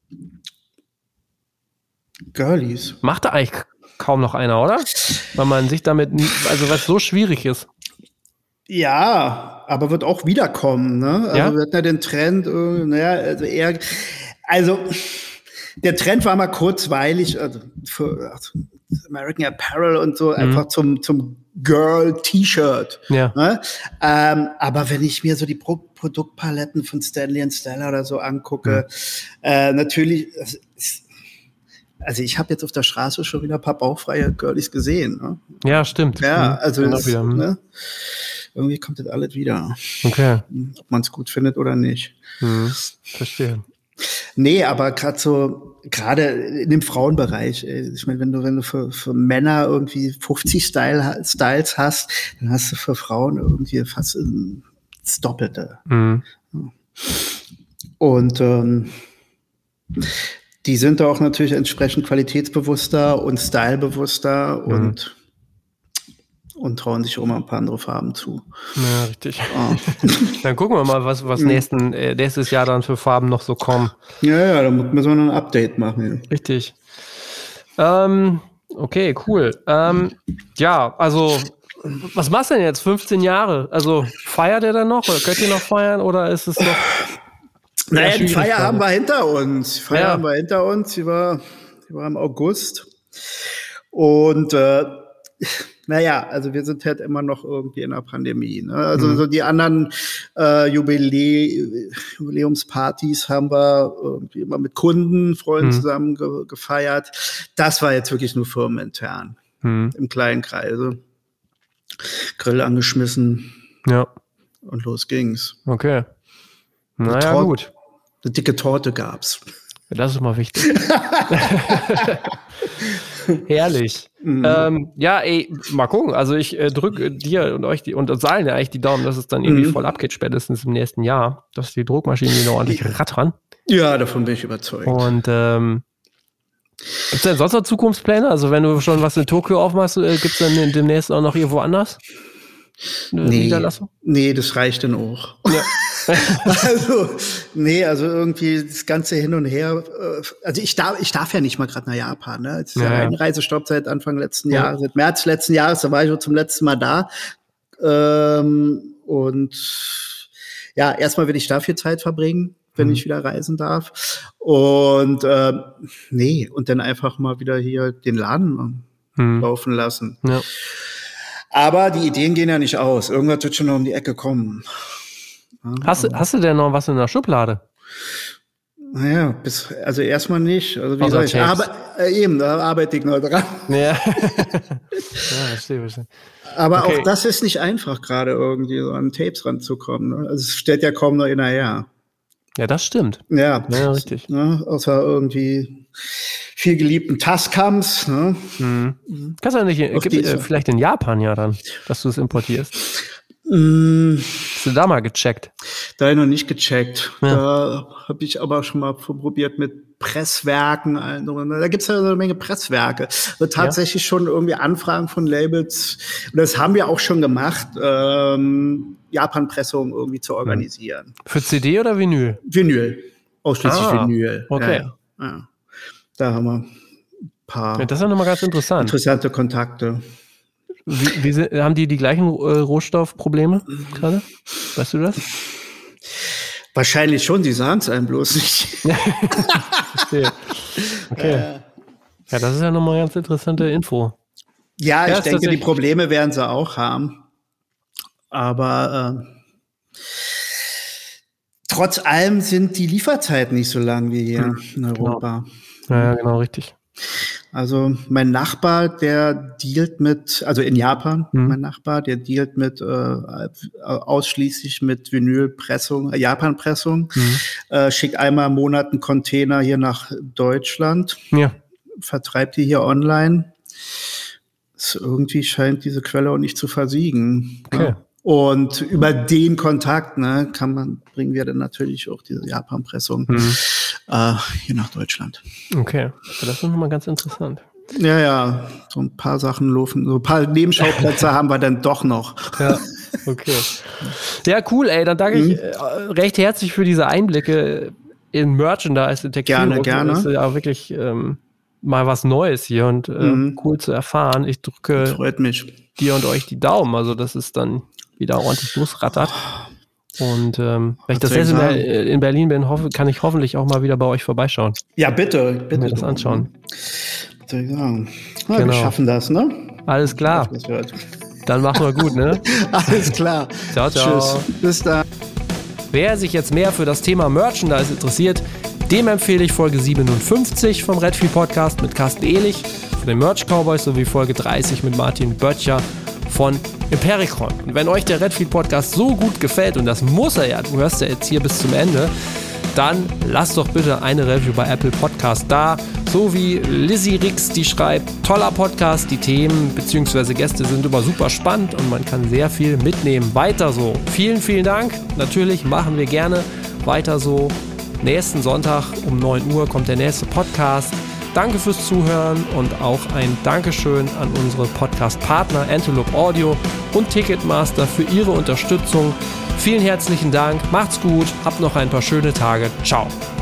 Girlies? Macht da eigentlich kaum noch einer, oder? Weil man sich damit, also was so schwierig ist. Ja, aber wird auch wiederkommen, ne? Also wir hatten ja den Trend, der Trend war mal kurzweilig, also für American Apparel und so, einfach zum Girl-T-Shirt. Ja. Ne? Aber wenn ich mir so die Produktpaletten von Stanley & Stella oder so angucke, natürlich, also ich habe jetzt auf der Straße schon wieder ein paar bauchfreie Girlies gesehen. Ne? Ja, stimmt. Ja, also ne? Irgendwie kommt das alles wieder. Okay. Ob man es gut findet oder nicht. Verstehe. Nee, aber gerade in dem Frauenbereich, ich meine, wenn du für Männer irgendwie 50 Styles hast, dann hast du für Frauen irgendwie fast das Doppelte. Und die sind da auch natürlich entsprechend qualitätsbewusster und stylebewusster und trauen sich auch mal ein paar andere Farben zu. Ja, richtig. Dann gucken wir mal, was nächstes Jahr dann für Farben noch so kommen. Ja, da müssen wir noch ein Update machen. Richtig. Okay, cool. Also, was machst du denn jetzt? 15 Jahre? Also, feiert ihr dann noch? Oder könnt ihr noch feiern? Oder ist es noch... Naja, die Feier haben wir hinter uns. Die war im August. Und also wir sind halt immer noch irgendwie in der Pandemie. Ne? Also so die anderen Jubiläumspartys haben wir irgendwie immer mit Kunden, Freunden zusammen gefeiert. Das war jetzt wirklich nur firmenintern, im kleinen Kreise. Grill angeschmissen und los ging's. Okay. Naja, gut. Eine dicke Torte gab's. Das ist mal wichtig. Herrlich. Mal gucken. Also ich drücke dir und euch und uns allen ja eigentlich die Daumen, dass es dann irgendwie voll abgeht, spätestens im nächsten Jahr, dass die Druckmaschinen wieder ordentlich rattern. Ja, davon bin ich überzeugt. Und gibt es denn sonst noch Zukunftspläne? Also wenn du schon was in Tokio aufmachst, gibt es dann demnächst auch noch irgendwo anders? Nee, das reicht dann auch. Ja. also irgendwie das Ganze hin und her. Also ich darf ja nicht mal gerade nach Japan. Ne? Es ist ja ein Reisestopp seit Anfang letzten Jahres, seit März letzten Jahres, da war ich zum letzten Mal da. Und erstmal will ich da viel Zeit verbringen, wenn ich wieder reisen darf. Und und dann einfach mal wieder hier den Laden laufen lassen. Ja. Aber die Ideen gehen ja nicht aus. Irgendwas wird schon noch um die Ecke kommen. Hast du denn noch was in der Schublade? Naja, also erstmal nicht. Also wie gesagt, da arbeite ich noch dran. Ja, verstehe. Aber auch das ist nicht einfach, gerade irgendwie so an Tapes ranzukommen. Ne? Also es stellt ja kaum noch einer her. Ja, das stimmt. Ja, richtig. Ne? Außer irgendwie viel geliebten Tascams. Ne? Kannst du nicht, vielleicht in Japan ja dann, dass du es importierst? Hast du da mal gecheckt? Da habe ich noch nicht gecheckt. Ja. Da habe ich aber schon mal probiert mit Presswerken. Da gibt es ja eine Menge Presswerke. Also tatsächlich schon irgendwie Anfragen von Labels. Und das haben wir auch schon gemacht, Japan-Pressungen irgendwie zu organisieren. Für CD oder Vinyl? Vinyl. Ausschließlich Vinyl. Okay. Ja. Da haben wir ein paar das ist ja nochmal ganz interessante Kontakte. Haben die gleichen Rohstoffprobleme gerade? Weißt du das? Wahrscheinlich schon, die sagen es einem bloß nicht. Verstehe. Okay. Ja, das ist ja nochmal eine ganz interessante Info. Ja, ich denke, die Probleme werden sie auch haben. Aber trotz allem sind die Lieferzeiten nicht so lang wie hier in Europa. Genau. Ja, genau, richtig. Also mein Nachbar, der dealt also in Japan, mein Nachbar, der dealt ausschließlich mit Vinylpressung, Japan-Pressung, schickt einmal im Monat einen Container hier nach Deutschland, vertreibt die hier online. Irgendwie scheint diese Quelle auch nicht zu versiegen. Okay. Ne? Und über den Kontakt bringen wir dann natürlich auch diese Japan-Pressung hier nach Deutschland. Okay, das ist nochmal ganz interessant. Ja, so ein paar Sachen laufen, so ein paar Nebenschauplätze haben wir dann doch noch. Ja, okay. Ja, cool, ey, dann danke ich recht herzlich für diese Einblicke in Merchandise, in Textil. Gerne. Das ist ja wirklich mal was Neues hier und cool zu erfahren. Ich drücke freut mich. Dir und euch die Daumen, also dass es dann wieder ordentlich losrattert. Und wenn ich das nächste Mal in Berlin bin, kann ich hoffentlich auch mal wieder bei euch vorbeischauen. Ja, bitte. Mir das anschauen. Was soll ich sagen? Wir schaffen das, ne? Alles klar. Dann machen wir gut, ne? Alles klar. Ciao. Tschüss. Bis dann. Wer sich jetzt mehr für das Thema Merchandise interessiert, dem empfehle ich Folge 57 vom Redfield Podcast mit Carsten Ehlich von den Merch Cowboys sowie Folge 30 mit Martin Böttcher von Impericon. Und wenn euch der Redfield Podcast so gut gefällt, und das muss er ja, du hörst ja jetzt hier bis zum Ende, dann lasst doch bitte eine Review bei Apple Podcast da. So wie Lizzie Rix, die schreibt, toller Podcast, die Themen bzw. Gäste sind immer super spannend und man kann sehr viel mitnehmen. Weiter so. Vielen Dank. Natürlich machen wir gerne weiter so. Nächsten Sonntag um 9 Uhr kommt der nächste Podcast. Danke fürs Zuhören und auch ein Dankeschön an unsere Podcast-Partner Antelope Audio und Ticketmaster für ihre Unterstützung. Vielen herzlichen Dank, macht's gut, habt noch ein paar schöne Tage. Ciao.